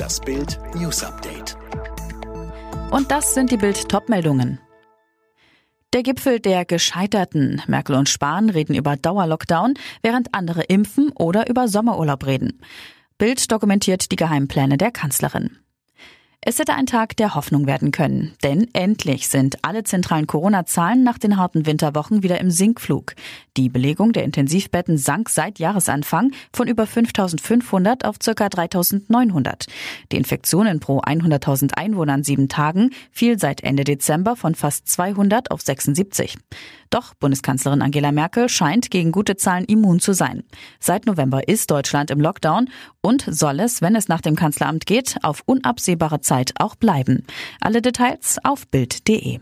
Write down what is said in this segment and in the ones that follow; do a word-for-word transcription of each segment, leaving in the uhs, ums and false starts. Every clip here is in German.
Das Bild News Update. Und das sind die Bild-Top-Meldungen. Der Gipfel der Gescheiterten. Merkel und Spahn reden über Dauerlockdown, während andere impfen oder über Sommerurlaub reden. Bild dokumentiert die Geheimpläne der Kanzlerin. Es hätte ein Tag der Hoffnung werden können, denn endlich sind alle zentralen Corona-Zahlen nach den harten Winterwochen wieder im Sinkflug. Die Belegung der Intensivbetten sank seit Jahresanfang von über fünftausendfünfhundert auf ca. dreitausendneunhundert. Die Infektionen pro hunderttausend Einwohner an sieben Tagen fiel seit Ende Dezember von fast zweihundert auf sechsundsiebzig. Doch Bundeskanzlerin Angela Merkel scheint gegen gute Zahlen immun zu sein. Seit November ist Deutschland im Lockdown und soll es, wenn es nach dem Kanzleramt geht, auf unabsehbare Zeit auch bleiben. Alle Details auf bild punkt de.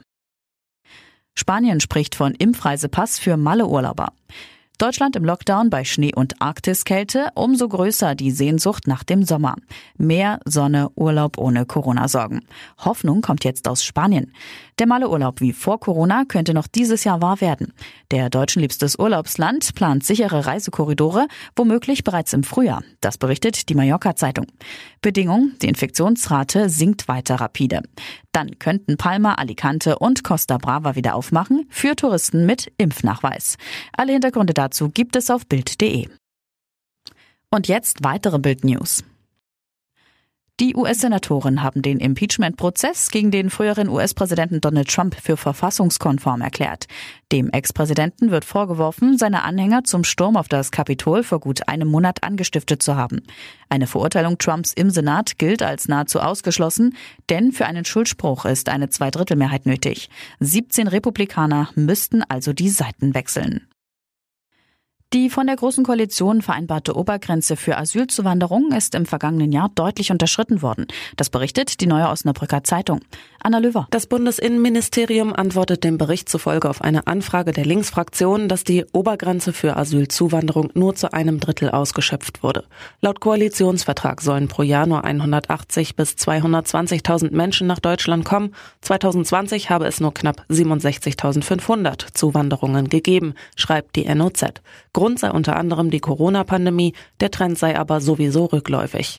Spanien spricht von Impfreisepass für Malle-Urlauber. Deutschland im Lockdown bei Schnee- und Arktiskälte, umso größer die Sehnsucht nach dem Sommer. Meer, Sonne, Urlaub ohne Corona-Sorgen. Hoffnung kommt jetzt aus Spanien. Der Malle-Urlaub wie vor Corona könnte noch dieses Jahr wahr werden. Der Deutschen liebstes Urlaubsland plant sichere Reisekorridore, womöglich bereits im Frühjahr. Das berichtet die Mallorca-Zeitung. Bedingung, die Infektionsrate sinkt weiter rapide. Dann könnten Palma, Alicante und Costa Brava wieder aufmachen für Touristen mit Impfnachweis. Alle Hintergründe dazu gibt es auf bild punkt de. Und jetzt weitere Bild-News. Die U S-Senatoren haben den Impeachment-Prozess gegen den früheren U S-Präsidenten Donald Trump für verfassungskonform erklärt. Dem Ex-Präsidenten wird vorgeworfen, seine Anhänger zum Sturm auf das Kapitol vor gut einem Monat angestiftet zu haben. Eine Verurteilung Trumps im Senat gilt als nahezu ausgeschlossen, denn für einen Schuldspruch ist eine Zweidrittelmehrheit nötig. siebzehn Republikaner müssten also die Seiten wechseln. Die von der Großen Koalition vereinbarte Obergrenze für Asylzuwanderung ist im vergangenen Jahr deutlich unterschritten worden. Das berichtet die Neue Osnabrücker Zeitung. Anna Löwer. Das Bundesinnenministerium antwortet dem Bericht zufolge auf eine Anfrage der Linksfraktion, dass die Obergrenze für Asylzuwanderung nur zu einem Drittel ausgeschöpft wurde. Laut Koalitionsvertrag sollen pro Jahr nur hundertachtzig bis zweihundertzwanzigtausend Menschen nach Deutschland kommen. zweitausendzwanzig habe es nur knapp siebenundsechzigtausendfünfhundert Zuwanderungen gegeben, schreibt die N O Z. Grund sei unter anderem die Corona-Pandemie, der Trend sei aber sowieso rückläufig.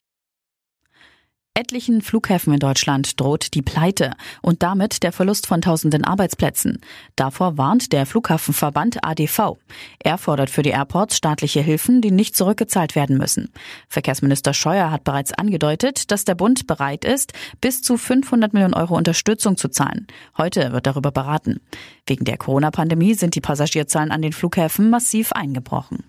Etlichen Flughäfen in Deutschland droht die Pleite und damit der Verlust von tausenden Arbeitsplätzen. Davor warnt der Flughafenverband A D V. Er fordert für die Airports staatliche Hilfen, die nicht zurückgezahlt werden müssen. Verkehrsminister Scheuer hat bereits angedeutet, dass der Bund bereit ist, bis zu fünfhundert Millionen Euro Unterstützung zu zahlen. Heute wird darüber beraten. Wegen der Corona-Pandemie sind die Passagierzahlen an den Flughäfen massiv eingebrochen.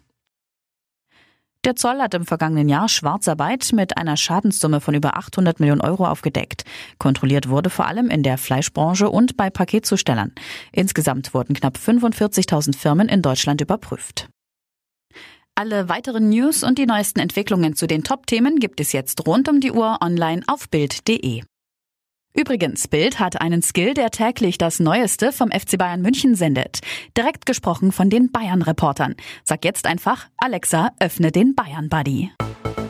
Der Zoll hat im vergangenen Jahr Schwarzarbeit mit einer Schadenssumme von über achthundert Millionen Euro aufgedeckt. Kontrolliert wurde vor allem in der Fleischbranche und bei Paketzustellern. Insgesamt wurden knapp fünfundvierzigtausend Firmen in Deutschland überprüft. Alle weiteren News und die neuesten Entwicklungen zu den Top-Themen gibt es jetzt rund um die Uhr online auf bild punkt de. Übrigens, Bild hat einen Skill, der täglich das Neueste vom F C Bayern München sendet. Direkt gesprochen von den Bayern-Reportern. Sag jetzt einfach, Alexa, öffne den Bayern-Buddy.